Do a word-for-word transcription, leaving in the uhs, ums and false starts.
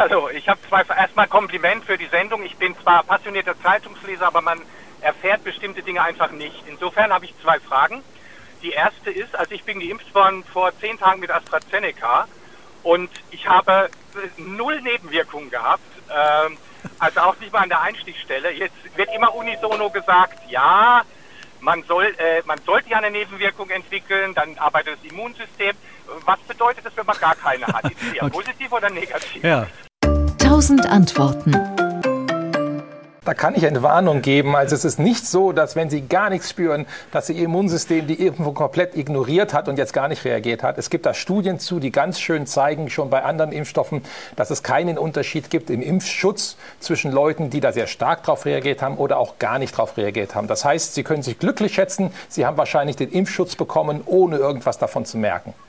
Hallo, ich habe zwei, erstmal ein Kompliment für die Sendung. Ich bin zwar passionierter Zeitungsleser, aber man erfährt bestimmte Dinge einfach nicht. Insofern habe ich zwei Fragen. Die erste ist, also ich bin geimpft worden vor zehn Tagen mit AstraZeneca und ich habe null Nebenwirkungen gehabt, ähm, also auch nicht mal an der Einstichstelle. Jetzt wird immer unisono gesagt, ja, man soll, äh, man sollte ja eine Nebenwirkung entwickeln, dann arbeitet das Immunsystem. Was bedeutet das, wenn man gar keine hat? Ist sie ja Okay. positiv oder negativ? Ja. Tausend Antworten. Da kann ich eine Warnung geben. Also es ist nicht so, dass wenn Sie gar nichts spüren, dass Ihr Immunsystem die Impfung komplett ignoriert hat und jetzt gar nicht reagiert hat. Es gibt da Studien zu, die ganz schön zeigen, schon bei anderen Impfstoffen, dass es keinen Unterschied gibt im Impfschutz zwischen Leuten, die da sehr stark darauf reagiert haben oder auch gar nicht darauf reagiert haben. Das heißt, Sie können sich glücklich schätzen, Sie haben wahrscheinlich den Impfschutz bekommen, ohne irgendwas davon zu merken.